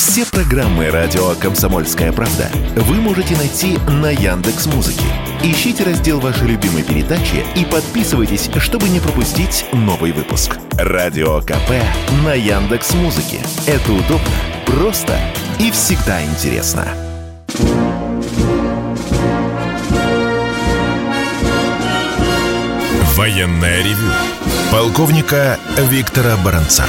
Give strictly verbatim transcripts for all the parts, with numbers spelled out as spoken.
Все программы радио «Комсомольская правда» вы можете найти на Яндекс.Музыке. Ищите раздел вашей любимой передачи и подписывайтесь, чтобы не пропустить новый выпуск. Радио КП на Яндекс.Музыке. Это удобно, просто и всегда интересно. Военное ревю полковника Виктора Баранца.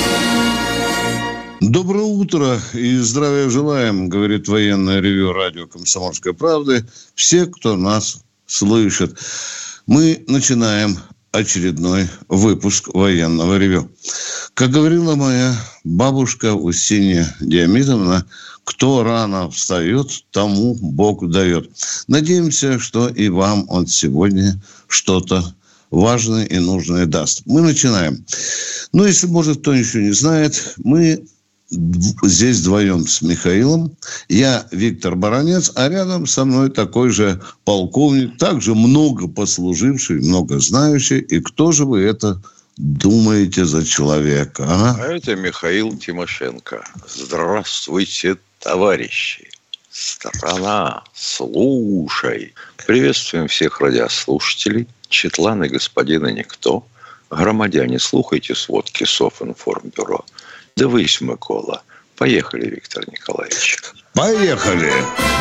Доброе утро и здравия желаем, говорит военное ревю радио «Комсомольской правды». Все, кто нас слышит. Мы начинаем очередной выпуск военного ревю. Как говорила моя бабушка Устинья Диамидовна, кто рано встает, тому Бог дает. Надеемся, что и вам он сегодня что-то важное и нужное даст. Мы начинаем. Ну, если, может, кто еще не знает, мы здесь вдвоем с Михаилом. Я Виктор Баранец, а рядом со мной такой же полковник, также много послуживший, много знающий. И кто же вы это думаете за человека? А, а это Михаил Тимошенко. Здравствуйте, товарищи. Страна, слушай. Приветствуем всех радиослушателей, четланы господина Никто. Громадяне, слухайте сводки Софинформбюро. Дивись, Микола. Поехали, Виктор Николаевич. Поехали!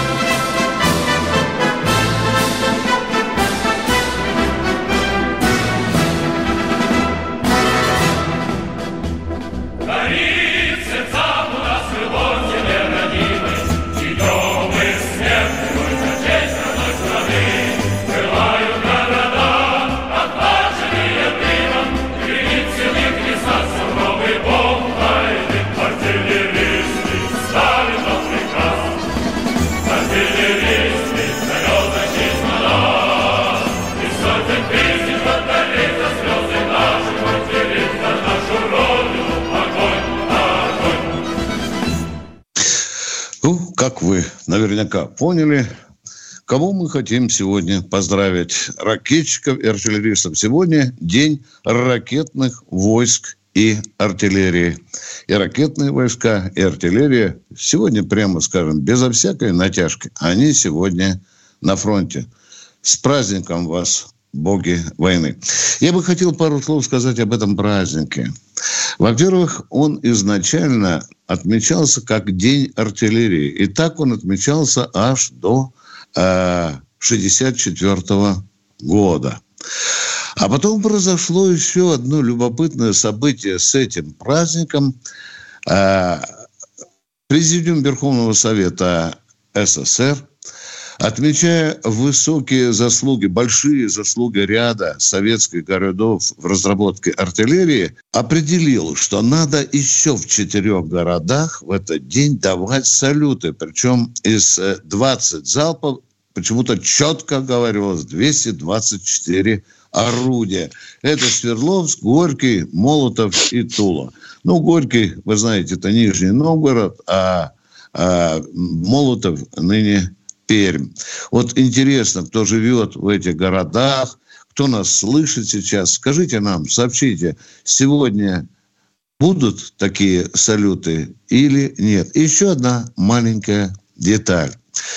Как вы наверняка поняли, кого мы хотим сегодня поздравить? Ракетчиков и артиллеристов. Сегодня день ракетных войск и артиллерии. И ракетные войска, и артиллерия сегодня, прямо скажем, безо всякой натяжки, они сегодня на фронте. С праздником вас, боги войны. Я бы хотел пару слов сказать об этом празднике. Во-первых, он изначально отмечался как День артиллерии. И так он отмечался аж до э, шестьдесят четвёртого года. А потом произошло еще одно любопытное событие с этим праздником. Э, Президиум Верховного Совета СССР, отмечая высокие заслуги, большие заслуги ряда советских городов в разработке артиллерии, определил, что надо еще в четырех городах в этот день давать салюты. Причем из двадцати залпов почему-то четко говорилось двести двадцать четыре орудия. Это Свердловск, Горький, Молотов и Тула. Ну, Горький, вы знаете, это Нижний Новгород, а, а Молотов ныне Пермь. Вот интересно, кто живет в этих городах, кто нас слышит сейчас, скажите нам, сообщите, сегодня будут такие салюты или нет? И еще одна маленькая деталь.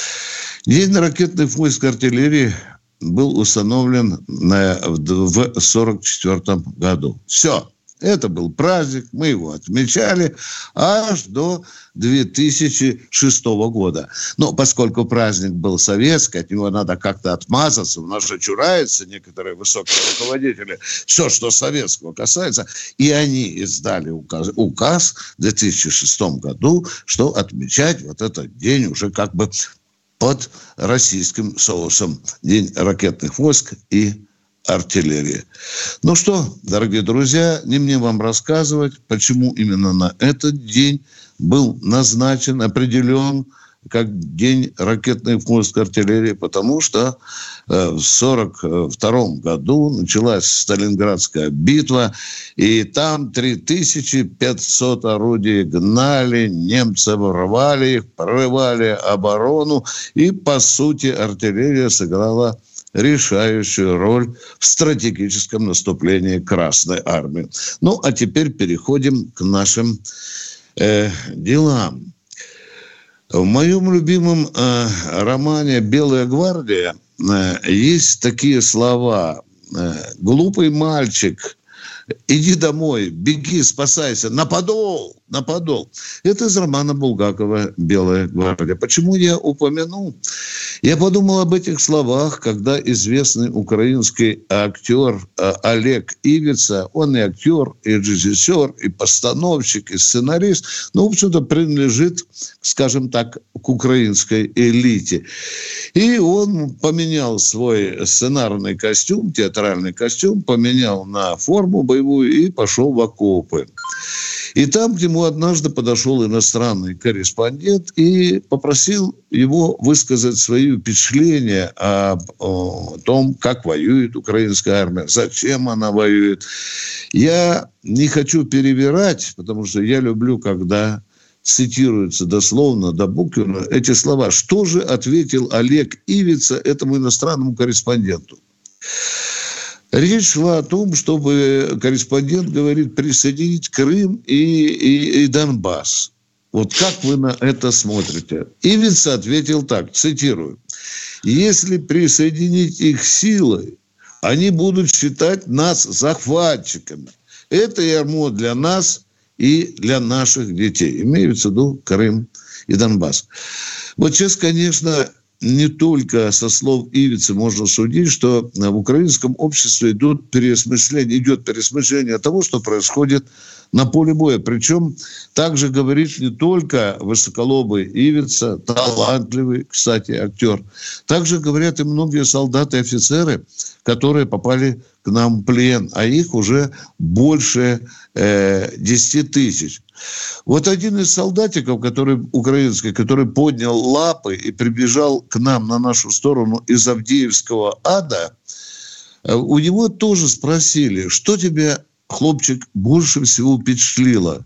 День ракетных войск артиллерии был установлен на, в сорок четвёртом году. Все. Это был праздник, мы его отмечали аж до две тысячи шестого года. Но поскольку праздник был советский, от него надо как-то отмазаться. У нас же чураются некоторые высокие руководители. Все, что советского касается. И они издали указ, указ в две тысячи шестом году, что отмечать вот этот день уже как бы под российским соусом. День ракетных войск и артиллерии. Ну что, дорогие друзья, не мне вам рассказывать, почему именно на этот день был назначен, определен как День ракетных войск и артиллерии, потому что в сорок втором году началась Сталинградская битва, и там три тысячи пятьсот орудий гнали, немцы рвали их, прорывали оборону, и, по сути, артиллерия сыграла решающую роль в стратегическом наступлении Красной Армии. Ну, а теперь переходим к нашим э, делам. В моем любимом э, романе «Белая гвардия» э, есть такие слова. Э, «Глупый мальчик, иди домой, беги, спасайся, на подол, на подол». Это из романа Булгакова «Белая гвардия». Почему я упомянул? Я подумал об этих словах, когда известный украинский актер Олег Ивица, он и актер, и режиссер, и постановщик, и сценарист, ну, в общем-то, принадлежит, скажем так, к украинской элите. И он поменял свой сценарный костюм, театральный костюм, поменял на форму боевую и пошел в окопы. И там к нему однажды подошел иностранный корреспондент и попросил его высказать свои впечатления об о том, как воюет украинская армия, зачем она воюет. Я не хочу перевирать, потому что я люблю, когда цитируются дословно до буквы эти слова. Что же ответил Олег Ивица этому иностранному корреспонденту? Речь шла о том, чтобы корреспондент говорит присоединить Крым и, и, и Донбасс. Вот как вы на это смотрите? Ивица ответил так, цитирую. «Если присоединить их силой, они будут считать нас захватчиками. Это ярмо для нас и для наших детей». Имеется в виду Крым и Донбасс. Вот сейчас, конечно, не только со слов Ивицы можно судить, что в украинском обществе идут переосмысление, идет переосмысление того, что происходит на поле боя. Причем также говорит не только высоколобый Ивица, талантливый, кстати, актер. Также говорят и многие солдаты и офицеры, которые попали к нам в плен, а их уже больше э, десять тысяч. Вот один из солдатиков, который, украинский, который поднял лапы и прибежал к нам на нашу сторону из Авдеевского ада, у него тоже спросили, что тебя, хлопчик, больше всего впечатлило?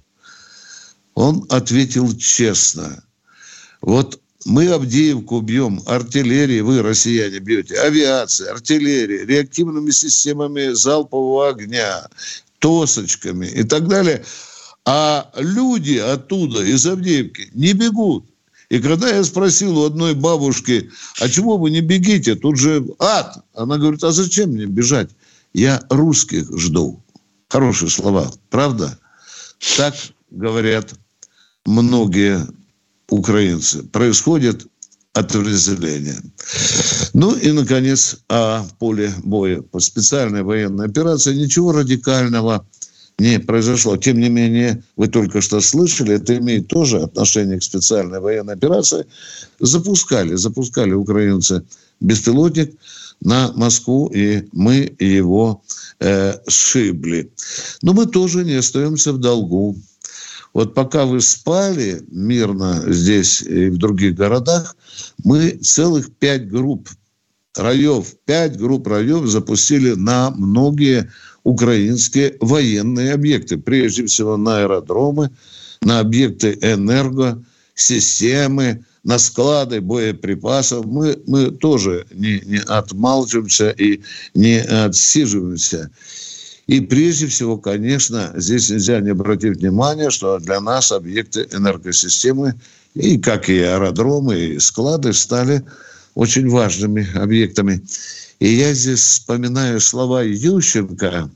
Он ответил честно. Вот мы Авдеевку бьем артиллерией, вы, россияне, бьете авиацией, артиллерией, реактивными системами залпового огня, тосочками и так далее. А люди оттуда, из Авдеевки, не бегут. И когда я спросил у одной бабушки, а чего вы не бегите, тут же ад. Она говорит, а зачем мне бежать? Я русских жду. Хорошие слова, правда? Так говорят многие украинцы. Происходит отрезвление. Ну и, наконец, о поле боя. По специальной военной операции ничего радикального не произошло. Тем не менее, вы только что слышали, это имеет тоже отношение к специальной военной операции. Запускали, запускали украинцы беспилотник на Москву, и мы его э, сшибли. Но мы тоже не остаемся в долгу. Вот пока вы спали мирно здесь и в других городах, мы целых пять групп раев, пять групп раев запустили на многие украинские военные объекты. Прежде всего на аэродромы, на объекты энергосистемы, на склады боеприпасов. Мы, мы тоже не, не отмалчиваемся и не отсиживаемся. И прежде всего, конечно, здесь нельзя не обратить внимание, что для нас объекты энергосистемы, и как и аэродромы, и склады, стали очень важными объектами. И я здесь вспоминаю слова Ющенко,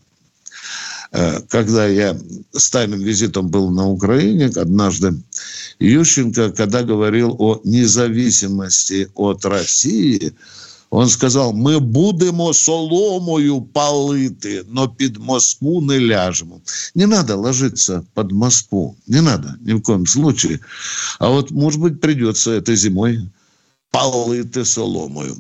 когда я с тайным визитом был на Украине однажды. Ющенко, когда говорил о независимости от России, он сказал, ми будемо соломою палити, но під Москву не ляжемо. Не надо ложиться под Москву. Не надо, ни в коем случае. А вот, может быть, придется этой зимой палити соломою.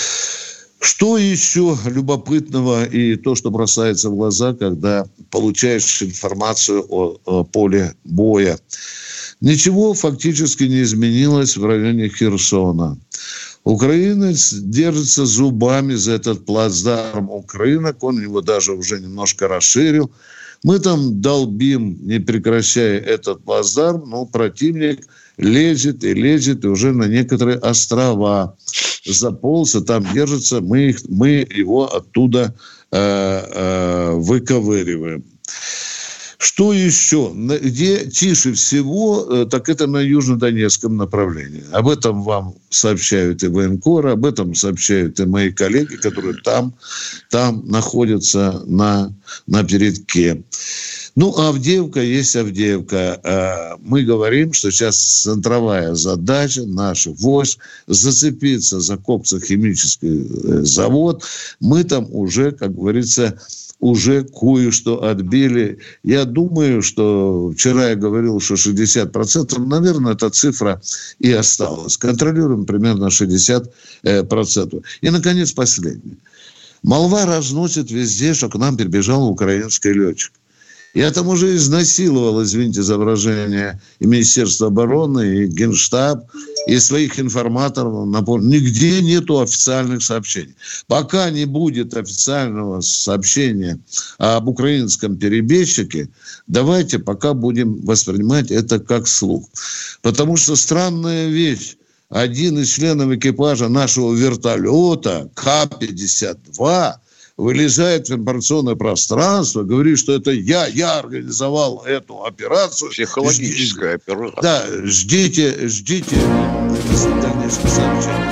Что еще любопытного и то, что бросается в глаза, когда получаешь информацию о, о поле боя? Ничего фактически не изменилось в районе Херсона. Украинец держится зубами за этот плацдарм Украинок, он его даже уже немножко расширил. Мы там долбим, не прекращая этот плацдарм, но противник лезет и лезет, и уже на некоторые острова заполз, и там держится, мы, их, мы его оттуда э, э, выковыриваем. Что еще? Где тише всего, так это на Южнодонецком направлении. Об этом вам сообщают и военкоры, об этом сообщают и мои коллеги, которые там, там находятся на, на передке. Ну, Авдеевка есть Авдеевка. Мы говорим, что сейчас центровая задача наших войск зацепиться за коксохимический завод. Мы там уже, как говорится, уже кое-что отбили. Я думаю, что вчера я говорил, что шестьдесят процентов, наверное, эта цифра и осталась. Контролируем примерно шестьдесят процентов. И, наконец, последнее. Молва разносит везде, что к нам прибежал украинский летчик. Я там уже изнасиловал, извините за выражение, и Министерство обороны, и Генштаб, и своих информаторов. Нигде нету официальных сообщений. Пока не будет официального сообщения об украинском перебежчике, давайте пока будем воспринимать это как слух. Потому что странная вещь. Один из членов экипажа нашего вертолета Ка пятьдесят два вылезает в информационное пространство, говорит, что это я, я организовал эту операцию. Психологическая ждите, операция. Да, ждите, ждите дальнейших сообщений.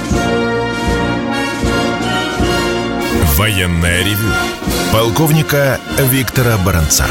Военное ревю полковника Виктора Баранца.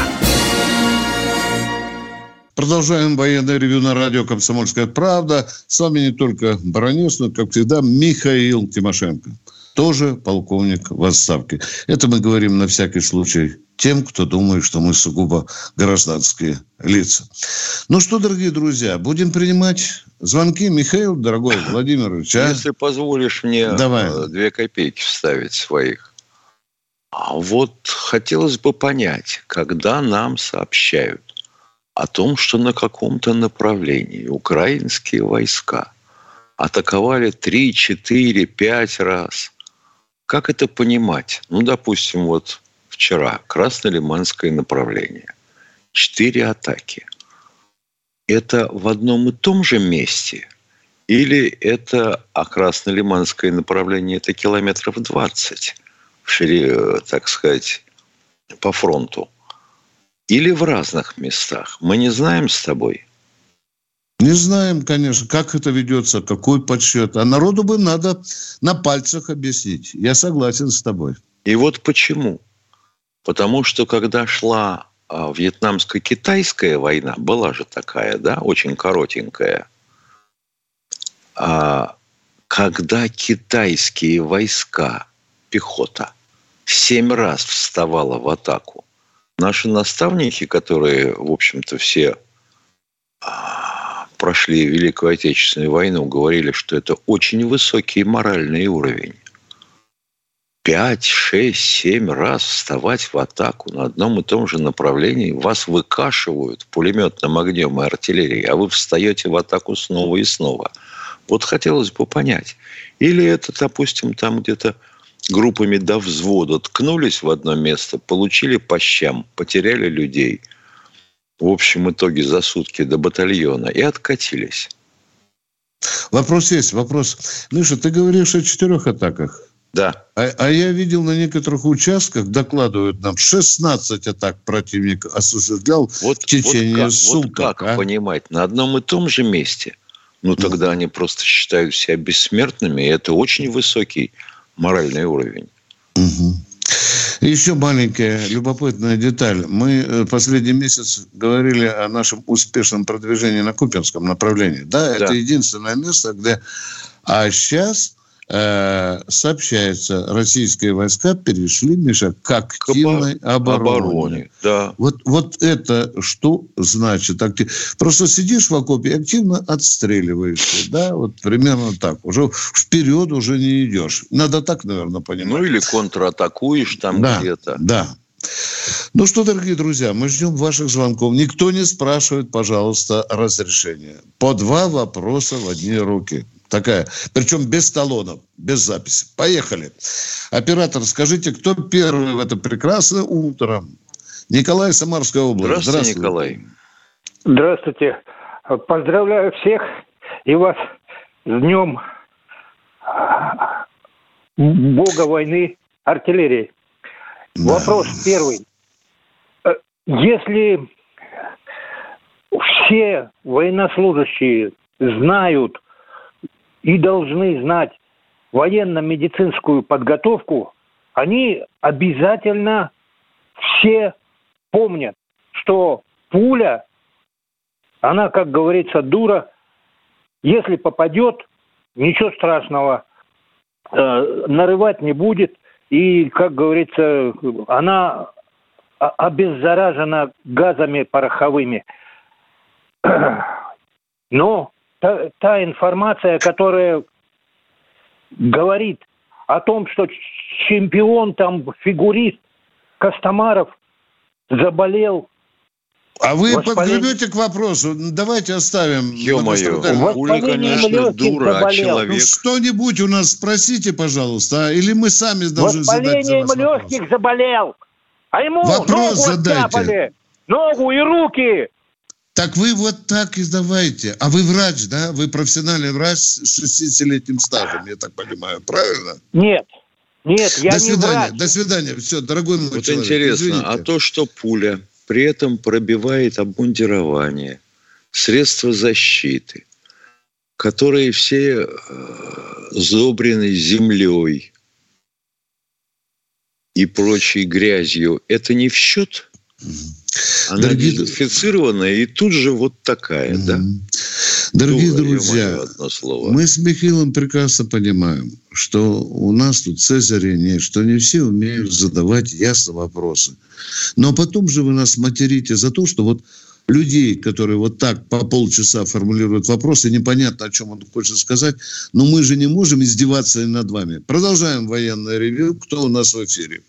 Продолжаем военное ревью на радио «Комсомольская правда». С вами не только Баранец, но, как всегда, Михаил Тимошенко. Тоже полковник в отставке. Это мы говорим на всякий случай тем, кто думает, что мы сугубо гражданские лица. Ну что, дорогие друзья, будем принимать звонки. Михаил, дорогой Владимирович, а? Если позволишь мне Давай. две копейки вставить своих. А вот хотелось бы понять, когда нам сообщают о том, что на каком-то направлении украинские войска атаковали три, четыре, пять раз. Как это понимать? Ну, допустим, вот вчера Краснолиманское направление. Четыре атаки. Это в одном и том же месте? Или это, а Краснолиманское направление, это километров двадцать, шире, так сказать, по фронту? Или в разных местах? Мы не знаем с тобой. Не знаем, конечно, как это ведется, какой подсчет. А народу бы надо на пальцах объяснить. Я согласен с тобой. И вот почему. Потому что, когда шла а, вьетнамско-китайская война, была же такая, да, очень коротенькая, а, когда китайские войска, пехота, семь раз вставала в атаку, наши наставники, которые, в общем-то, все... А, прошли Великую Отечественную войну, говорили, что это очень высокий моральный уровень. Пять, шесть, семь раз вставать в атаку на одном и том же направлении, вас выкашивают пулеметным огнем и артиллерией, а вы встаете в атаку снова и снова. Вот хотелось бы понять. Или это, допустим, там где-то группами до взвода ткнулись в одно место, получили по щам, потеряли людей – в общем итоге за сутки до батальона и откатились. Вопрос есть, вопрос. Миша, ты говоришь о четырех атаках. Да. А, а я видел на некоторых участках, докладывают нам, шестнадцать атак противник осуществлял вот, в течение вот как, суток. Вот как а? понимать? На одном и том же месте? Ну, тогда mm. они просто считают себя бессмертными, и это очень высокий моральный уровень. Угу. Еще маленькая любопытная деталь. Мы последний месяц говорили о нашем успешном продвижении на Купянском направлении. Да, да. Это единственное место, где... А сейчас э, сообщается, российские войска перешли, Миша, к активной к обороне. обороне да. вот, вот это что значит? Просто сидишь в окопе и активно отстреливаешься. Да, вот примерно так. Уже вперед уже не идешь. Надо так, наверное, понимать. Ну, или контратакуешь там да, где-то. Да. Ну что, дорогие друзья, мы ждем ваших звонков. Никто не спрашивает, пожалуйста, разрешения. По два вопроса в одни руки. Такая, причем без талонов, без записи. Поехали. Оператор, скажите, кто первый в это прекрасное утро? Николай, Самарская область. Здравствуйте, Николай. Здравствуйте. Поздравляю всех и вас с днем бога войны артиллерии. Да. Вопрос первый. Если все военнослужащие знают и должны знать военно-медицинскую подготовку, они обязательно все помнят, что пуля, она, как говорится, дура, если попадет, ничего страшного, э, нарывать не будет, и, как говорится, она обеззаражена газами пороховыми. Но та, та информация, которая говорит о том, что чемпион, там, фигурист Костомаров заболел. А вы Воспаление... подгребете к вопросу. Давайте оставим. Ё-моё, пуля, конечно, дура, а человек... Ну, что-нибудь у нас спросите, пожалуйста, а? Или мы сами должны задать за вас Воспалением легких заболел. А ему вопрос ногу задайте. оттяпали. Ногу и руки. Так вы вот так и давайте. А вы врач, да? Вы профессиональный врач с шестидесятилетним стажем, я так понимаю. Правильно? Нет. Нет, я До не свидания. врач. До свидания. Все, дорогой мой Вот человек. интересно, Извините. а то, что пуля при этом пробивает обмундирование, средства защиты, которые все э, сдобрены землей и прочей грязью, это не в счет? Она Дорогие... дезинфицированная и тут же вот такая, mm-hmm. да? Дорогие Дура, друзья, слово. Мы с Михаилом прекрасно понимаем, что у нас тут Цезаря нет, что не все умеют задавать ясно вопросы. Но потом же вы нас материте за то, что вот людей, которые вот так по полчаса формулируют вопросы, непонятно, о чем он хочет сказать, но мы же не можем издеваться над вами. Продолжаем военное ревью. Кто у нас в эфире?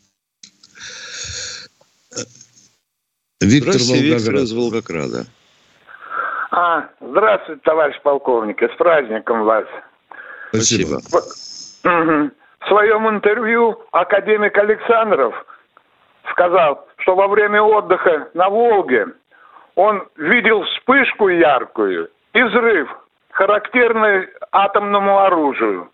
Виктор Здравствуйте, Волгоград. Виктор из Волгограда. А, здравствуйте, товарищ полковник, и с праздником вас. Спасибо. Вот, угу. В своем интервью академик Александров сказал, что во время отдыха на Волге он видел вспышку яркую и взрыв, характерный атомному оружию.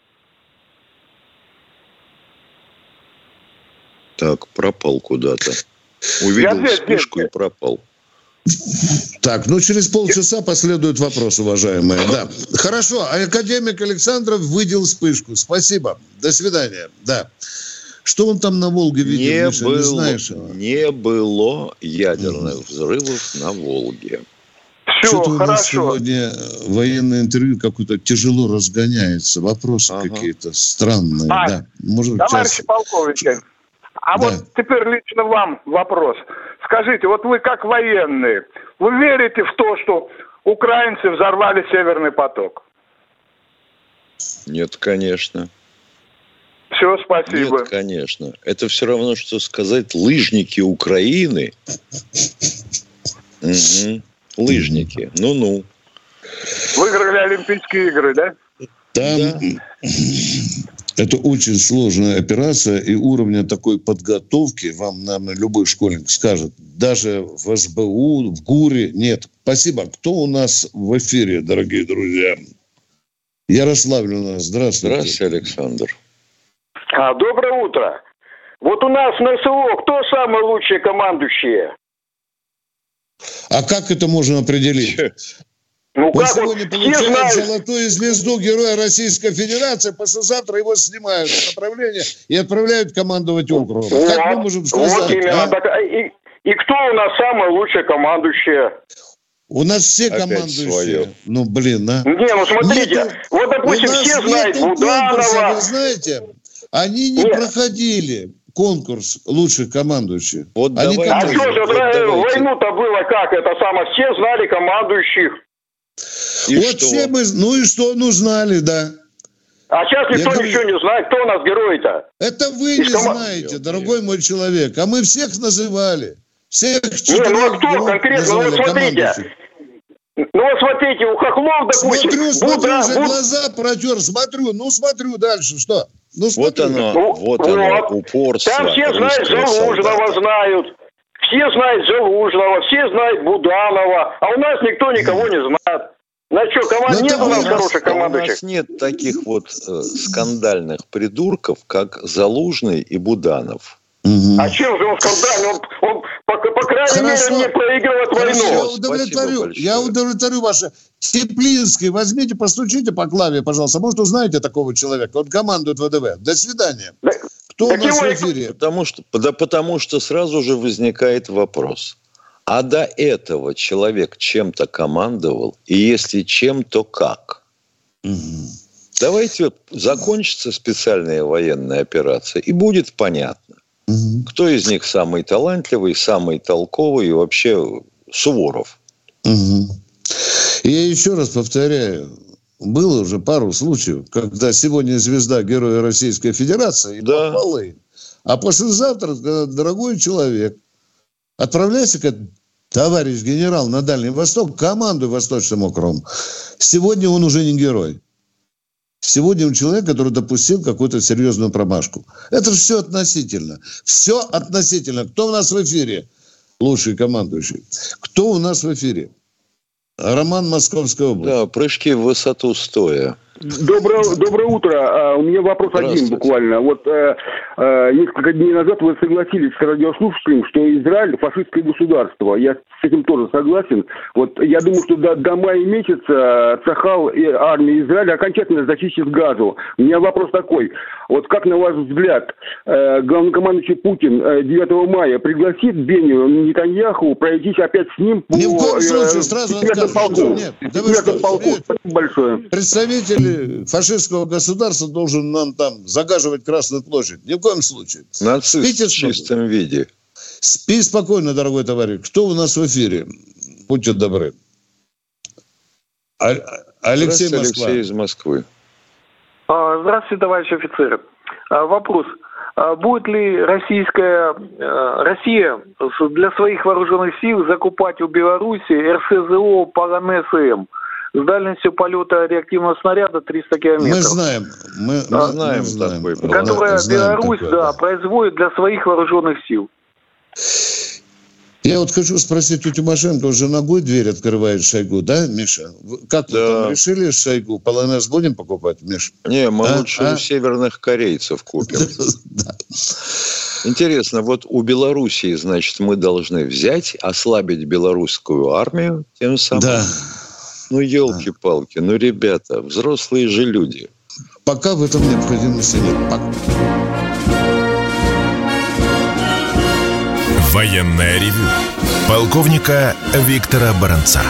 Так, пропал куда-то. Увидел здесь, вспышку здесь. и пропал. Так, ну через полчаса последует вопрос, уважаемые. Да. Хорошо, академик Александров выделил вспышку. Спасибо. До свидания. Да. Что он там на Волге видел, Не, Миша, было, не знаешь? не было ядерных mm. взрывов на Волге. Все, Что-то у нас хорошо. сегодня военное интервью какое-то тяжело разгоняется. Вопросы ага. какие-то странные. А, да. Может, товарищи час... полковники, а да. вот теперь лично вам вопрос. Скажите, вот вы как военные, вы верите в то, что украинцы взорвали Северный поток? Нет, конечно. Все, спасибо. Нет, конечно. Это все равно, что сказать лыжники Украины. Угу. Лыжники. Ну-ну. Выиграли Олимпийские игры, да? Там... Да. Это очень сложная операция, и уровня такой подготовки вам, наверное, любой школьник скажет. Даже в эс бэ у, в ГУРе нет. Спасибо. Кто у нас в эфире, дорогие друзья? Ярославль у нас. Здравствуйте. Здравствуйте, Александр. А, доброе утро. Вот у нас на эс вэ о кто самые лучшие командующие? А как это можно определить? Ну, Он как сегодня вот, получает золотую звезду Героя Российской Федерации, послезавтра его снимают с направления и отправляют командовать округом. Вот, как мы можем сказать? Вот именно. А? Так, и, и кто у нас самые лучшие командующие? У нас все Опять командующие. свое. Ну, блин, а. Не, ну смотрите, Нету, вот, допустим, все знают Буданова. Вы знаете, они не Нет. проходили конкурс лучших командующих. Вот они давайте. А что же, Вот давайте. войну-то было как? Это самое, все знали командующих. И вот что? все мы, ну и что, ну знали, да. А сейчас никто говорю, ничего не знает, кто у нас герой-то. Это вы Из не кома- знаете, дорогой мой человек. А мы всех называли. Всех Не, ну а кто конкретно? Ну вот смотрите. Ну вот смотрите, у Хохлов, допустим, Смотрю, смотрю, Буда, уже Буд- глаза протер, смотрю, ну смотрю дальше, что? Ну Вот смотрю. оно, Ну, вот вот. оно, упорство. Там все знают русского Залужного, солдата. знают. Все знают Залужного, все знают Буданова. А у нас никто никого не знает. На что, команд... Ну, нет это у нас вы- хороших А у командующих? нас нет таких вот э, скандальных придурков, как Залужный и Буданов. Угу. А чем же он скандальный? Он, он по, по крайней Хорошо. мере, не проигрывает Хорошо, войну. я удовлетворю, я удовлетворю ваше. Теплинский, возьмите, постучите по клаве, пожалуйста. Может, узнаете такого человека? Он командует ВДВ. До свидания. Да, Кто да у нас его... в эфире? Потому что, да, потому что сразу же возникает вопрос. А до этого человек чем-то командовал? И если чем, то как? Угу. Давайте вот закончится специальная военная операция, и будет понятно, угу. кто из них самый талантливый, самый толковый и вообще Суворов. Угу. Я еще раз повторяю, было уже пару случаев, когда сегодня звезда Героя Российской Федерации и да. похвалы, а послезавтра, дорогой человек, отправляйся, товарищ генерал, на Дальний Восток, командуй Восточным округом. Сегодня он уже не герой. Сегодня он человек, который допустил какую-то серьезную промашку. Это же все относительно. Все относительно. Кто у нас в эфире? Лучший командующий. Кто у нас в эфире? Роман, Московская область. Да, прыжки в высоту стоя. Доброе, доброе утро. У меня вопрос один буквально. Вот э, э, несколько дней назад вы согласились с радиослушателем, что Израиль фашистское государство. Я с этим тоже согласен. Вот я думаю, что до, до мая месяца Цахал и армия Израиля окончательно зачистит Газу. У меня вопрос такой. Вот как, на ваш взгляд, э, главнокомандующий Путин э, девятого мая пригласит Бенью Нетаньяху пройтись опять с ним по... Ни в коем случае, э, сразу полку. Нет, да вы что, полку. Спасибо большое. Представители фашистского государства должен нам там загаживать Красную площадь. Ни в коем случае. Нацист Спите в чистом виде. Спи спокойно, дорогой товарищ. Кто у нас в эфире? Будьте добры. А- Алексей Москва. Алексей из Москвы. Здравствуйте, товарищ офицер. Вопрос. Будет ли российская Россия для своих вооруженных сил закупать у Беларуси эр эс зэ о Полонез-М с дальностью полета реактивного снаряда триста километров? Мы знаем. Мы, мы а, знаем, знаем такой. Которая знаем Беларусь такое, да, да. производит для своих вооруженных сил. Я вот хочу спросить у Тимошенко, он же ногой дверь открывает Шойгу, да, Миша? Как вы да. там решили с Шойгу? Полонез будем покупать, Миша? Не, мы а? лучше а? у северных корейцев купим. Да. Интересно, вот у Белоруссии, значит, мы должны взять, ослабить белорусскую армию тем самым. Да. Ну, елки-палки, ну, ребята, взрослые же люди. Пока в этом необходимости нет. Пока. Военное ревю полковника Виктора Баранца.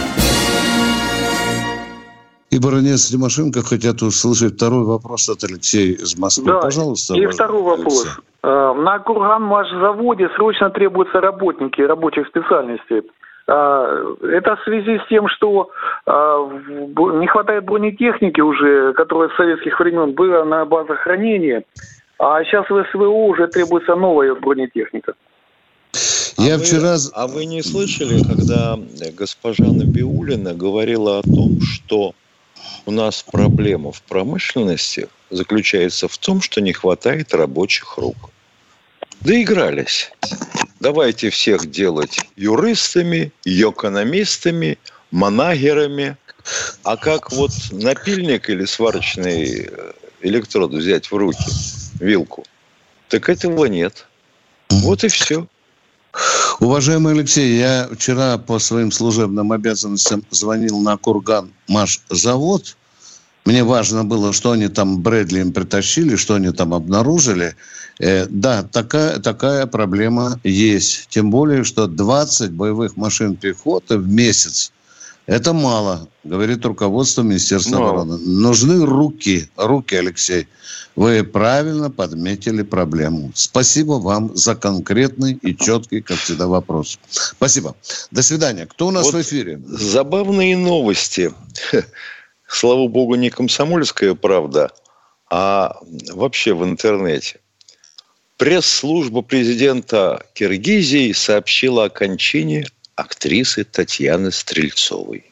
И баронец Тимошенко хотят услышать второй вопрос от Алексея из Москвы. Да. Пожалуйста. И второй вопрос. Алексей. На Курганмашзаводе срочно требуются работники рабочих специальностей. Это в связи с тем, что не хватает бронетехники уже, которая с советских времен была на базах хранения, а сейчас в СВО уже требуется новая бронетехника. Я а, вчера... вы, а вы не слышали, когда госпожа Набиуллина говорила о том, что у нас проблема в промышленности заключается в том, что не хватает рабочих рук? Доигрались. Давайте всех делать юристами, экономистами, манагерами. А как вот напильник или сварочный электрод взять в руки, вилку? Так этого нет. Вот и все. Уважаемый Алексей, я вчера по своим служебным обязанностям звонил на Курганмашзавод. Мне важно было, что они там Брэдли им притащили, что они там обнаружили. Э, да, такая, такая проблема есть. Тем более, что двадцать боевых машин пехоты в месяц. Это мало, говорит руководство Министерства мало. обороны. Нужны руки. Руки, Алексей. Вы правильно подметили проблему. Спасибо вам за конкретный и четкий, как всегда, вопрос. Спасибо. До свидания. Кто у нас вот в эфире? Забавные новости. Слава богу, не «Комсомольская правда», а вообще в интернете. Пресс-служба президента Киргизии сообщила о кончине актрисы Татьяны Стрельцовой.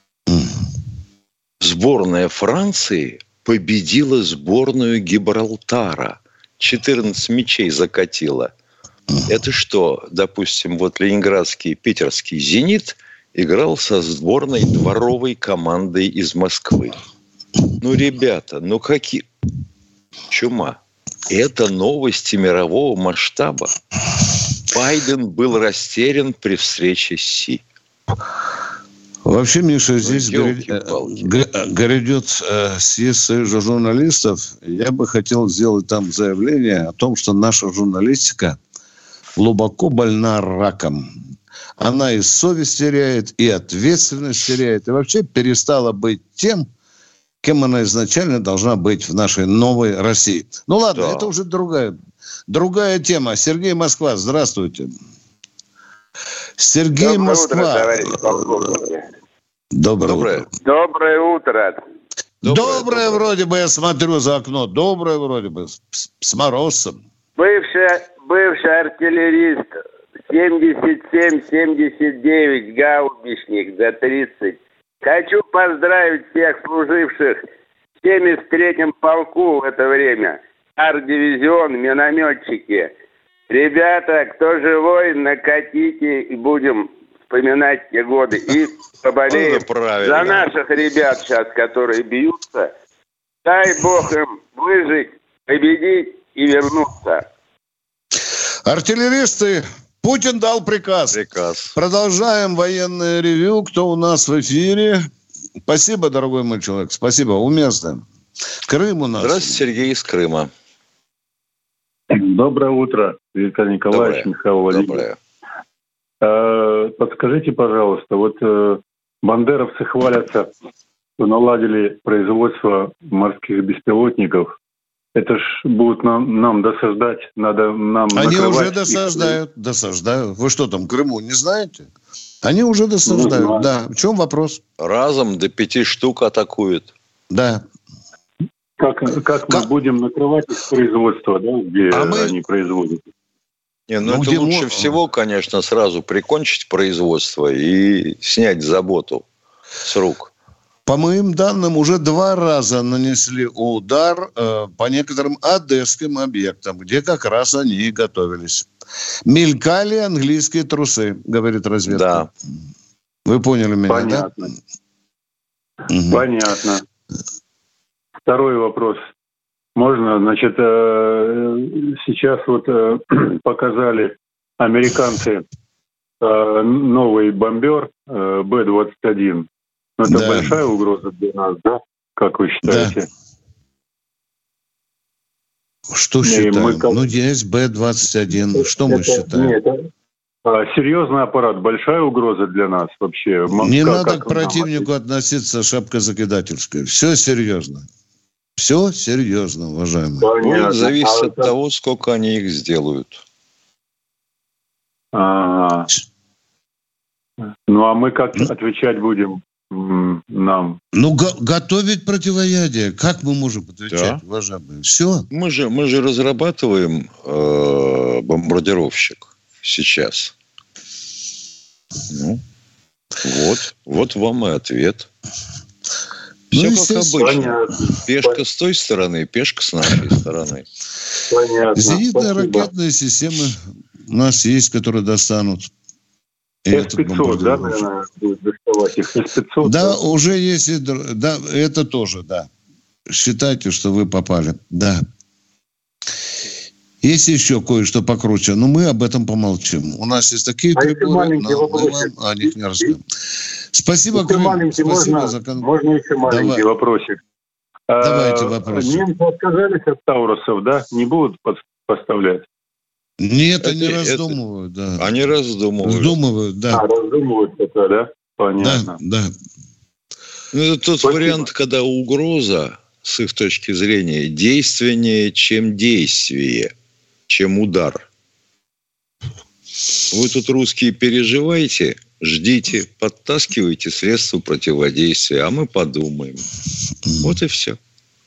Сборная Франции победила сборную Гибралтара. четырнадцать мячей закатила. Это что, допустим, вот ленинградский, питерский «Зенит» играл со сборной дворовой командой из Москвы. Ну, ребята, ну какие... Чума. Это новости мирового масштаба. Байден был растерян при встрече с Си. Вообще, Миша, здесь грядет съезд союза журналистов. Я бы хотел сделать там заявление о том, что наша журналистика глубоко больна раком. Она и совесть теряет, и ответственность теряет, и вообще перестала быть тем, кем она изначально должна быть в нашей новой России. Ну ладно, да. Это уже другая, другая тема. Сергей, Москва, здравствуйте. Сергей, Доброе Москва. Утро, товарищи полковники. Доброе, Доброе утро. Доброе утро. Доброе, Доброе вроде бы, я смотрю за окно. Доброе вроде бы, с, с морозом. Бывший, бывший артиллерист, семьдесят семь семьдесят девять, гаубичник за тридцать. Хочу поздравить всех служивших в семьдесят третьем полку в это время. Арт-дивизион, минометчики. Ребята, кто живой, накатите и будем вспоминать те годы. И поболеем за наших ребят сейчас, которые бьются. Дай Бог им выжить, победить и вернуться. Артиллеристы, Путин дал приказ. Приказ. Продолжаем военное ревью. Кто у нас в эфире? Спасибо, дорогой мой человек. Спасибо. Уместно. Крым у нас. Здравствуйте, Сергей из Крыма. Доброе утро, Виктор Николаевич, Доброе. Михаил Владимирович. Э, подскажите, пожалуйста, вот э, бандеровцы хвалятся, что наладили производство морских беспилотников. Это ж будут нам, нам досаждать, надо нам Они накрывать уже досаждают, их... досаждают. Вы что там, Крыму не знаете? Они уже досаждают, ну, да. В чем вопрос? Разом до пяти штук атакуют. Да. Как, как, как мы будем накрывать их производство, да, где а мы... они производят? Не, ну, ну это лучше мы... всего, конечно, сразу прикончить производство и снять заботу с рук. По моим данным, уже два раза нанесли удар э, по некоторым одесским объектам, где как раз они и готовились. Мелькали английские трусы, говорит разведка. Да. Вы поняли меня, Понятно. да? Понятно. Второй вопрос. Можно, значит, сейчас вот показали американцы новый бомбер Бэ двадцать один. Это да. Большая угроза для нас, да? Как вы считаете? Да. Что считаем? Мы как... Ну, есть Бэ двадцать один. Что это, мы считаем? Нет, это... Серьезный аппарат, большая угроза для нас вообще. Не как, надо как к противнику нам... относиться шапкозакидательской. Все серьезно. Все серьезно, уважаемые. Будет зависеть а от это... того, сколько они их сделают. А-а-а. Ну, а мы как ну, отвечать будем м- нам? Ну, го- готовить противоядие. Как мы можем отвечать, да. уважаемые? Все. Мы же, мы же разрабатываем э- бомбардировщик сейчас. Ну, вот. Вот вам и ответ. Все ну, как обычно. Понятно. Пешка с той стороны, пешка с нашей стороны. Понятно. Зенитные ракетные системы у нас есть, которые достанут. эс пятьсот, да, наверное, будет доставать их? эс пятьсот? Да, да, уже есть. И, да, это тоже, да. Считайте, что вы попали. Да. Есть еще кое-что покруче, но мы об этом помолчим. У нас есть такие а приборы, но мы вам о них не расскажем. Спасибо, Крым. Спасибо можно, за... можно еще маленький Давай. вопросик. Давайте а, вопросик. Немцы отказались от Таурусов, да? Не будут поставлять? Нет, это, они раздумывают, это... да. Они раздумывают. Раздумывают, да. А, раздумывают это, да? Понятно. Да, да. Ну, это тот Спасибо. вариант, когда угроза, с их точки зрения, действеннее, чем действие, чем удар. Вы тут, русские, переживаете, ждите, подтаскивайте средства противодействия, а мы подумаем. Вот и все.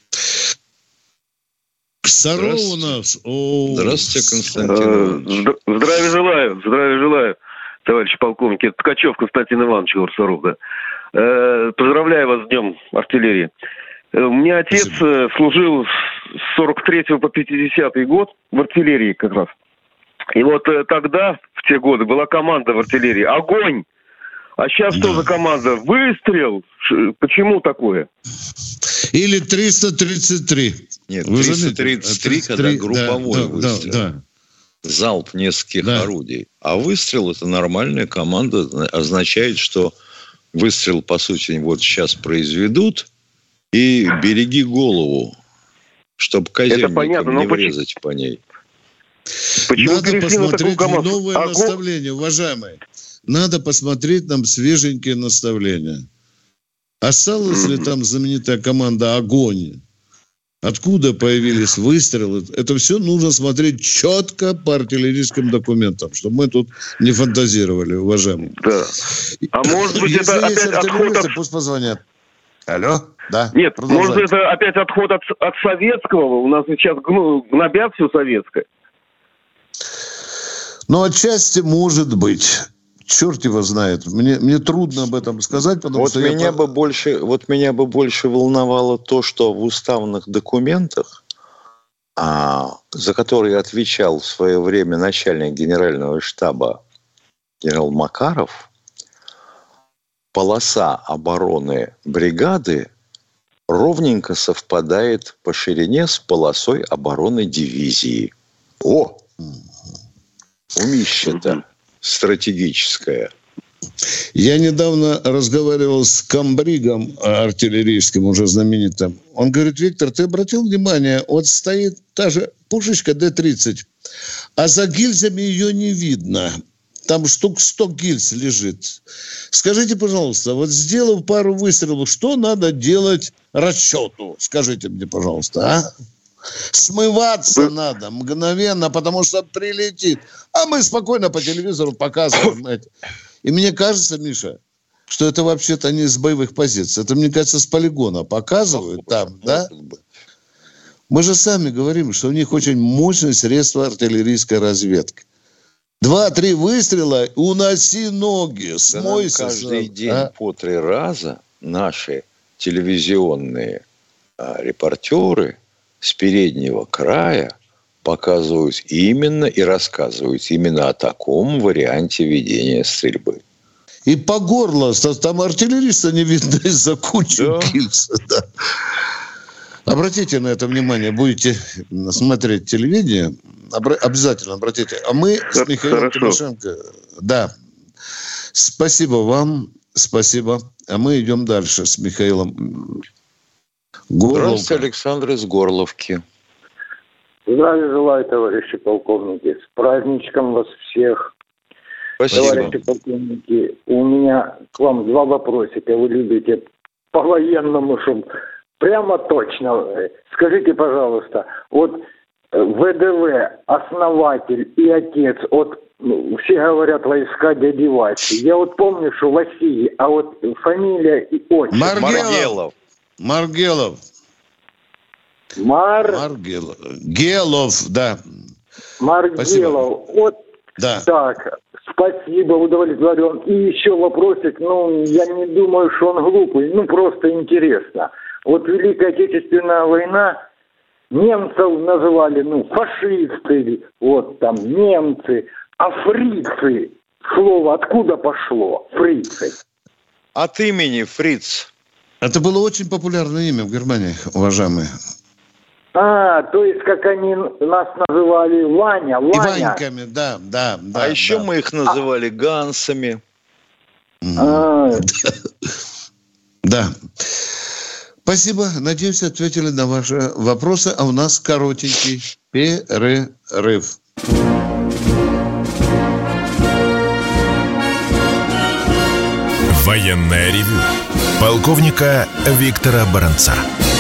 Здравствуйте. У нас. О, Здравствуйте, Константин. Здравия желаю, здравия желаю, товарищи полковники. Это Ткачев Константин Иванович, город Саров, да. Поздравляю вас с Днем артиллерии. У меня отец Спасибо. служил с сорок третьего по пятидесятый год в артиллерии как раз. И вот тогда, в те годы, была команда в артиллерии: огонь! А сейчас да. что за команда? Выстрел? Почему такое? Или триста тридцать три. Нет, триста тридцать три, когда групповой да, выстрел. Да, да. Залп нескольких да. орудий. А выстрел – это нормальная команда. Означает, что выстрел, по сути, вот сейчас произведут. И береги голову, чтобы казенникам не врезать по ней. Почему Надо посмотреть на новые а наставления, уважаемые. Надо посмотреть нам свеженькие наставления. Осталась mm-hmm. ли там знаменитая команда «Огонь»? Откуда появились выстрелы? Это все нужно смотреть четко по артиллерийским документам, чтобы мы тут не фантазировали, уважаемые. Да. А может быть, это опять отход от... Пусть позвонят. Алло? Да. Нет, может, это опять отход от, от советского? У нас сейчас ну, гнобят все советское. Ну, отчасти может быть. Черт его знает. Мне, мне трудно об этом сказать, потому вот что меня я... бы больше, вот меня бы больше волновало то, что в уставных документах, а, за которые отвечал в свое время начальник генерального штаба генерал Макаров, полоса обороны бригады ровненько совпадает по ширине с полосой обороны дивизии. О! Умище-то стратегическое. Я недавно разговаривал с комбригом артиллерийским, уже знаменитым. Он говорит: Виктор, ты обратил внимание, вот стоит та же пушечка Д тридцать, а за гильзами ее не видно. Там штук сто гильз лежит. Скажите, пожалуйста, вот сделав пару выстрелов, что надо делать расчету? Скажите мне, пожалуйста, а? Смываться Вы... надо мгновенно, потому что прилетит. А мы спокойно по телевизору показываем это. И мне кажется, Миша, что это вообще-то не с боевых позиций. Это, мне кажется, с полигона показывают там, да? Мы же сами говорим, что у них очень мощное средство артиллерийской разведки. Два-три выстрела, уноси ноги, смойся. Да нам каждый сам. день а? по три раза наши телевизионные а, репортеры с переднего края показывают именно и рассказывают именно о таком варианте ведения стрельбы. И по горло, там артиллериста не видно из-за кучи да. гильз. Да. Обратите на это внимание, будете смотреть телевидение, обра- обязательно обратите. А мы с Михаилом Тимошенко... Да. Спасибо вам, спасибо. А мы идем дальше с Михаилом Горловкой. Здравствуйте, Александр из Горловки. Здравия желаю, товарищи полковники. С праздничком вас всех. Спасибо. Товарищи полковники, у меня к вам два вопросика. Вы любите по-военному, чтобы прямо точно. Скажите, пожалуйста, вот ВДВ, основатель и отец, вот все говорят войска дяди Васи. Я вот помню, что Василий, а вот фамилия и отчество. Маргелов. Маргелов. Мар... Маргелов. Гелов, да. Маргелов. Вот да. Так. Спасибо, удовлетворен. И еще вопросик. Ну, я не думаю, что он глупый. Ну, просто интересно. Вот Великая Отечественная война, немцев называли, ну, фашисты, вот там, немцы. А фрицы, слово откуда пошло? Фрицы. От имени Фриц. Это было очень популярное имя в Германии, уважаемые. А, то есть, как они нас называли, Ваня, Ваня. И Ваньками, да, да, да. А да. еще мы их называли а... Гансами. А... Да. Спасибо. Надеюсь, ответили на ваши вопросы. А у нас коротенький перерыв. Военное ревю полковника Виктора Баранца.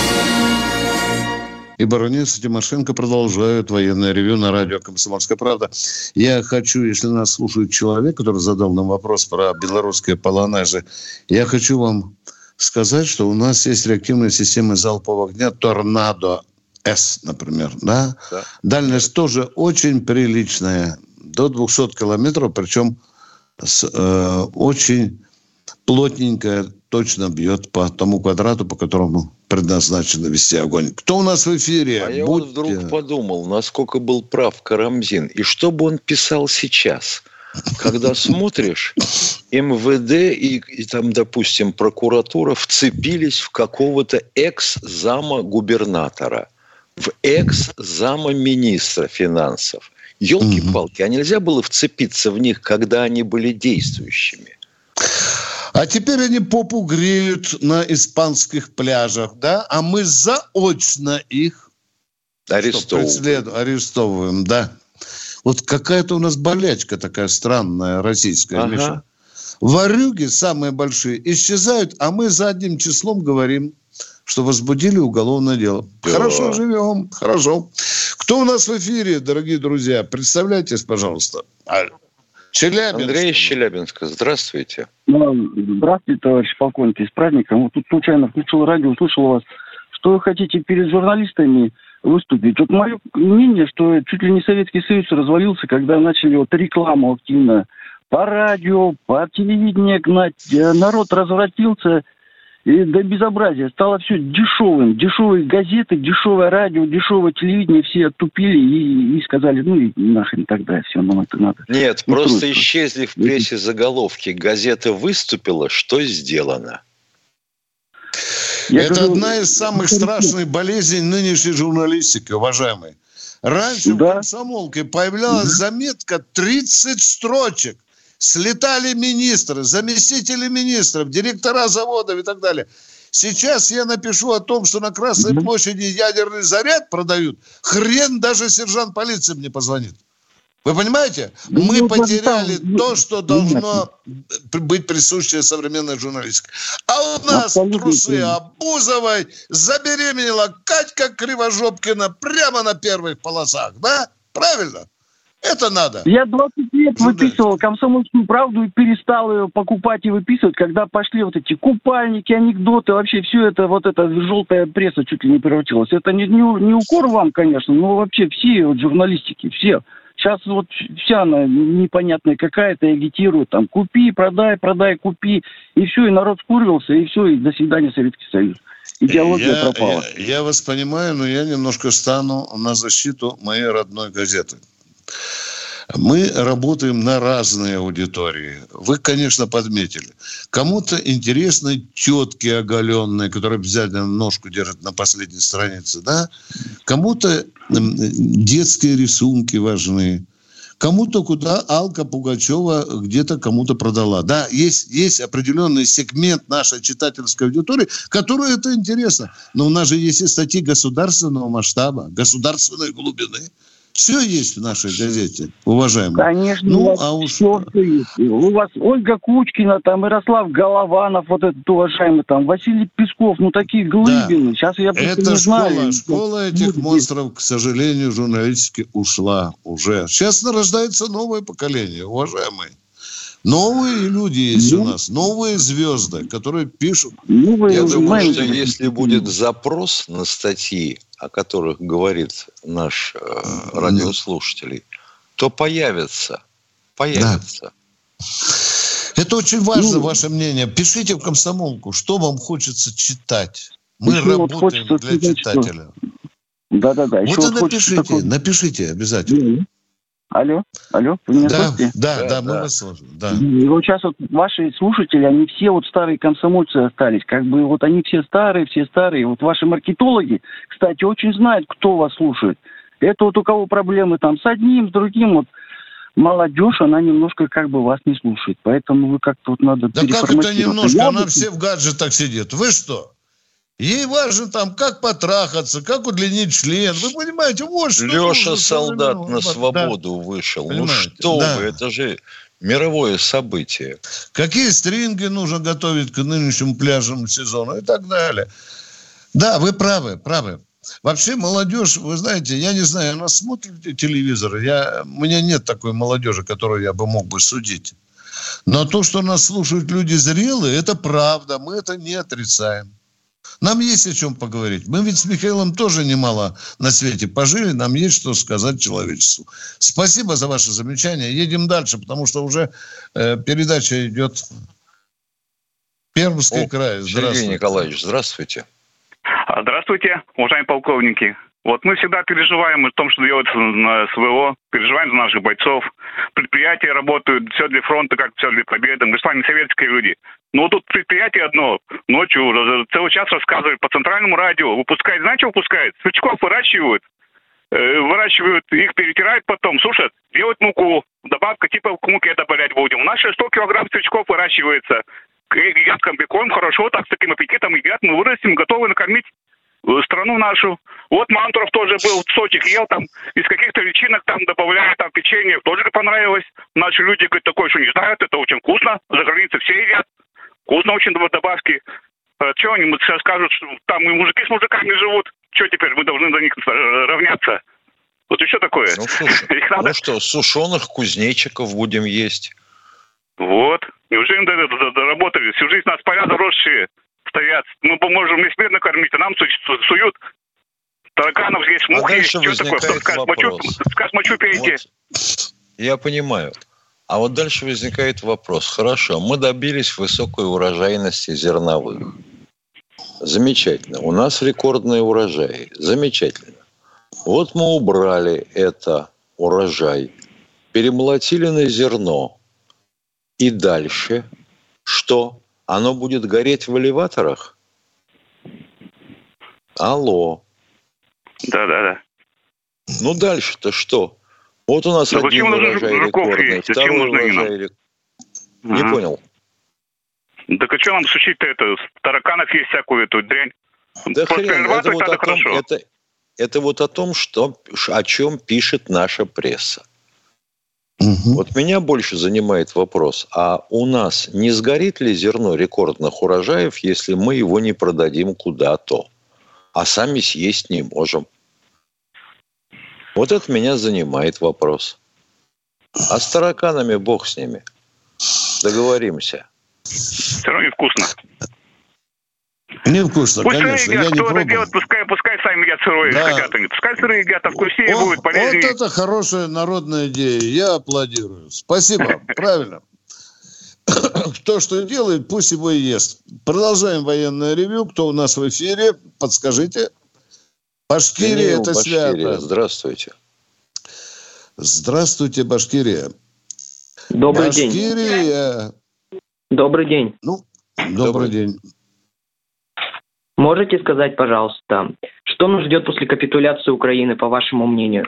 И Баранец, и Тимошенко продолжают военное ревю на радио «Комсомольская правда». Я хочу, если нас слушает человек, который задал нам вопрос про белорусские полонезы, я хочу вам сказать, что у нас есть реактивные системы залпового огня «Торнадо-С», например. Да? Да. Дальность тоже очень приличная, до двухсот километров, причем с, э, очень плотненькая, точно бьет по тому квадрату, по которому предназначено вести огонь. Кто у нас в эфире? А Будьте... я вот вдруг подумал, насколько был прав Карамзин. И что бы он писал сейчас? когда смотришь, эм вэ дэ и, и там, допустим, прокуратура вцепились в какого-то экс-зама губернатора, в экс-зама министра финансов. Елки-палки, а нельзя было вцепиться в них, когда они были действующими? А теперь они попу греют на испанских пляжах, да? А мы заочно их арестовываем. арестовываем, да. Вот какая-то у нас болячка такая странная, российская, ага. Миша. Ворюги самые большие исчезают, а мы задним числом говорим, что возбудили уголовное дело. Да. Хорошо живем, хорошо. Кто у нас в эфире, дорогие друзья? Представляйтесь, пожалуйста. Челябинск. Андрей из Челябинска. Здравствуйте. Здравствуйте, товарищ полковник, с праздником. Вот тут случайно включил радио, услышал вас, что вы хотите перед журналистами выступить. Вот мое мнение, что чуть ли не Советский Союз развалился, когда начали вот рекламу активно по радио, по телевидению гнать. Народ развратился и до безобразия. Стало все дешевым. Дешевые газеты, дешевое радио, дешевое телевидение. Все оттупили и, и сказали, ну и нахрен тогда все, нам это надо. Нет, не просто трудно. Исчезли в прессе заголовки. Газета выступила, что сделано? Я Это говорю, одна из самых страшных болезней нынешней журналистики, уважаемые. Раньше да. в «Комсомолке» появлялась заметка тридцать строчек. Слетали министры, заместители министров, директора заводов и так далее. Сейчас я напишу о том, что на Красной площади ядерный заряд продают. Хрен даже сержант полиции мне позвонит. Вы понимаете? Мы потеряли то, что должно быть присуще современной журналистике. А у нас трусы Абузовой забеременела Катька Кривожопкина прямо на первых полосах. Да? Правильно? Это надо. Я двадцать лет выписывал «Комсомольскую правду» и перестал ее покупать и выписывать, когда пошли вот эти купальники, анекдоты, вообще все это, вот эта желтая пресса чуть ли не превратилась. Это не, не, не укор вам, конечно, но вообще все вот журналистики, все. Сейчас вот вся она непонятная какая-то, агитирует там купи, продай, продай, купи. И все, и народ скурился, и все, и до свидания, Советский Союз. Идеология я, пропала. Я, я вас понимаю, но я немножко стану на защиту моей родной газеты. Мы работаем на разные аудитории. Вы, конечно, подметили. Кому-то интересны тетки оголенные, которые обязательно ножку держат на последней странице, да? Кому-то детские рисунки важны. Кому-то куда Алка Пугачева где-то кому-то продала. Да, есть, есть определенный сегмент нашей читательской аудитории, которой это интересно. Но у нас же есть и статьи государственного масштаба, государственной глубины. Все есть в нашей газете, уважаемые. Конечно, ну, у вас а уж... все есть. У вас Ольга Кучкина, там, Ярослав Голованов, вот этот уважаемый, там, Василий Песков, ну, такие глыбины. Да. Сейчас я просто Это не школа, знаю. Школа этих монстров, к сожалению, журналистики ушла уже. Сейчас нарождается новое поколение, уважаемые. Новые люди есть ну, у нас, новые звезды, которые пишут. Новые Я думаю, что если будет запрос на статьи, о которых говорит наш э, радиослушатель, то появится. Появится. Да. Это очень важно, ну, ваше мнение. Пишите в «Комсомолку», что вам хочется читать. Мы работаем вот для сказать, читателя. Да-да-да. Вот и напишите, такой... напишите обязательно. Алло, алло, вы меня да, слышите? Да, да, да, мы вас слышим. Да. И вот сейчас вот ваши слушатели, они все вот старые комсомольцы остались. Как бы вот они все старые, все старые. Вот ваши маркетологи, кстати, очень знают, кто вас слушает. Это вот у кого проблемы там с одним, с другим. Вот молодежь, она немножко как бы вас не слушает. Поэтому вы как-то вот надо да как это немножко? Она все в гаджетах сидит. Вы что? Ей важно там, как потрахаться, как удлинить член. Вы понимаете, вот что... Леша Солдат на вот, свободу да. вышел. Понимаете? Ну что да. вы, это же мировое событие. Какие стринги нужно готовить к нынешнему пляжному сезону и так далее. Да, вы правы, правы. Вообще молодежь, вы знаете, я не знаю, она смотрит телевизор. Я, у меня нет такой молодежи, которую я бы мог бы судить. Но то, что нас слушают люди зрелые, это правда. Мы это не отрицаем. Нам есть о чем поговорить. Мы ведь с Михаилом тоже немало на свете пожили. Нам есть что сказать человечеству. Спасибо за ваше замечание. Едем дальше, потому что уже э, передача идет. Пермский О, край. Сергей Николаевич, здравствуйте. Здравствуйте, уважаемые полковники, Вот мы всегда переживаем о том, что делается на СВО, переживаем за наших бойцов. Предприятия работают, все для фронта, как все для победы. Мы с вами советские люди. Но вот тут предприятие одно, ночью уже целый час рассказывает по центральному радио. Выпускает, знаете, что выпускает? Сверчков выращивают, э, выращивают, их перетирают потом, сушат, делают муку. Добавка типа к муке добавлять будем. У нас сто килограмм сверчков выращивается. Едят комбикорм, хорошо, так с таким аппетитом едят. Мы вырастим, готовы накормить страну нашу. Вот Мантуров тоже был, сочек ел там, из каких-то личинок там добавляют там печенье, тоже понравилось. Наши люди, говорят, такое, что не знают, это очень вкусно, за границей все едят. Вкусно очень добавки. А что они сейчас скажут, что там и мужики с мужиками живут, что теперь, мы должны за них равняться? Вот еще такое. Ну, слушай, надо... ну что, сушеных кузнечиков будем есть. Вот. Неужели мы доработали? Всю жизнь нас поля заросшие стоят. Мы можем весь мир накормить, а нам суют тараканов, здесь мухи. А дальше Что такое? Кто скажет, мочу, скажет, мочу пейте. Вот. Я понимаю. А вот дальше возникает вопрос. Хорошо, мы добились высокой урожайности зерновых. Замечательно. У нас рекордные урожаи. Замечательно. Вот мы убрали это урожай, перемолотили на зерно. И дальше что? Оно будет гореть в элеваторах? Алло. Да-да-да. Ну, дальше-то что? Вот у нас да один урожай рекордный, второй урожай рекордный. Не ага. понял. Так а что нам сушить-то это? Тараканов есть всякую эту дрянь. Да хрен, это вот, о том, это, это вот о том, что, о чем пишет наша пресса. Угу. Вот меня больше занимает вопрос, а у нас не сгорит ли зерно рекордных урожаев, если мы его не продадим куда-то, а сами съесть не можем? Вот это меня занимает вопрос. А с тараканами бог с ними. Договоримся. Все равно невкусно. Невкусно, пусть конечно. Едят, я кто не это делает, пускай, пускай сами едят сырое, да. Хотят они. Пускай сырые едят, а вкуснее О, будет, полезнее. Вот это хорошая народная идея. Я аплодирую. Спасибо. Правильно. Кто что делает, пусть его и ест. Продолжаем военное ревью. Кто у нас в эфире? Подскажите. Башкирия, это свято. Здравствуйте. Здравствуйте, Башкирия. Добрый Башкирия. день. Добрый день. Ну, добрый, добрый день. Можете сказать, пожалуйста, что нас ждет после капитуляции Украины, по вашему мнению?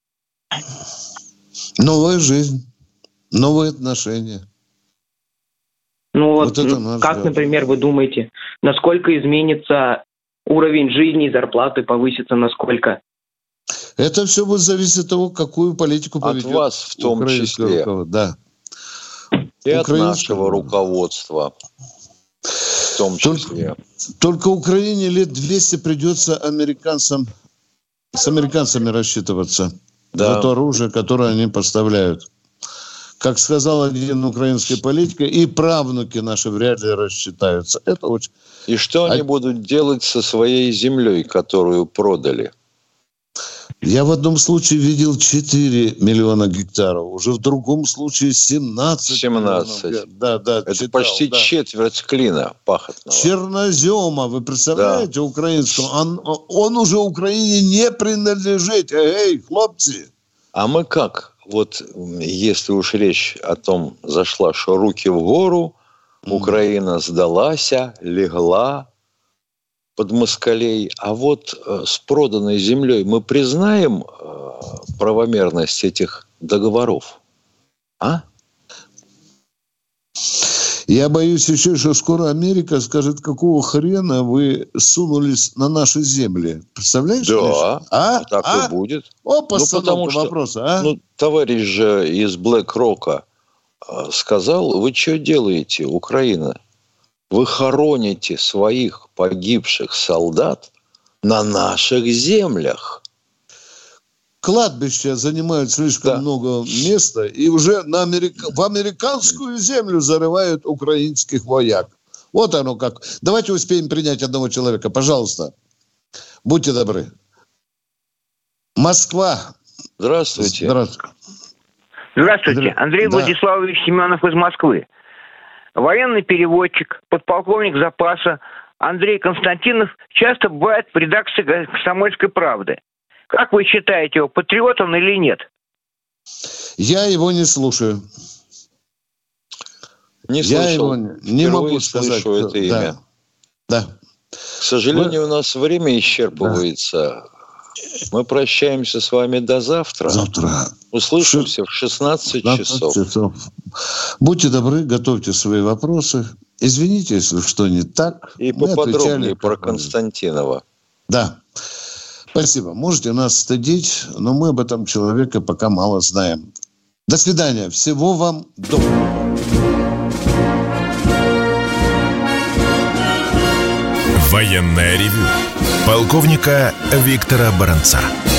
Новая жизнь, новые отношения. Ну вот, вот как, ждет. Например, вы думаете, насколько изменится уровень жизни и зарплаты, повысится насколько? Это все будет зависеть от того, какую политику поведет. От вас в том числе. Руководство. Да. И от нашего руководства. В том числе. Только, только Украине лет двести придется американцам, с американцами рассчитываться да. за то оружие, которое они поставляют. Как сказал один украинский политик, и правнуки наши вряд ли рассчитаются. Это очень... И что они а... будут делать со своей землей, которую продали? Я в одном случае видел четыре миллиона гектаров, уже в другом случае семнадцать. семнадцать. Да, да, это читал, почти да. четверть клина пахотного. Чернозема, вы представляете, да. украинского? Он, он уже Украине не принадлежит. Эй, хлопцы! А мы как? Вот если уж речь о том зашла, что руки в гору, mm. Украина сдалась, легла под москалей, а вот э, с проданной землей мы признаем э, правомерность этих договоров? А? Я боюсь еще, что скоро Америка скажет, какого хрена вы сунулись на наши земли. Представляешь? Да, а? так а? и будет. О, постановка ну, вопроса. А? Ну, товарищ же из BlackRock э, сказал, вы что делаете, Украина? Вы хороните своих погибших солдат на наших землях. Кладбища занимают слишком да. много места, и уже на Америка... в американскую землю зарывают украинских вояк. Вот оно как. Давайте успеем принять одного человека. Пожалуйста. Будьте добры. Москва. Здравствуйте. Здравствуйте. Здравствуйте. Андрей да. Владиславович Семенов из Москвы. Военный переводчик, подполковник запаса Андрей Константинов часто бывает в редакции «Комсомольской правды». Как вы считаете, его патриот он или нет? Я его не слушаю. Не Я слышал. его не, не могу сказать. Слышу это имя. Да. да. К сожалению, Вы... у нас время исчерпывается. Да. Мы прощаемся с вами до завтра. Завтра. Услышимся в шестнадцать часов. часов. Будьте добры, готовьте свои вопросы. Извините, если что не так. И мы поподробнее про Константинова. Да. Спасибо. Можете нас стыдить, но мы об этом человеке пока мало знаем. До свидания. Всего вам доброго. Военное ревю полковника Виктора Баранца.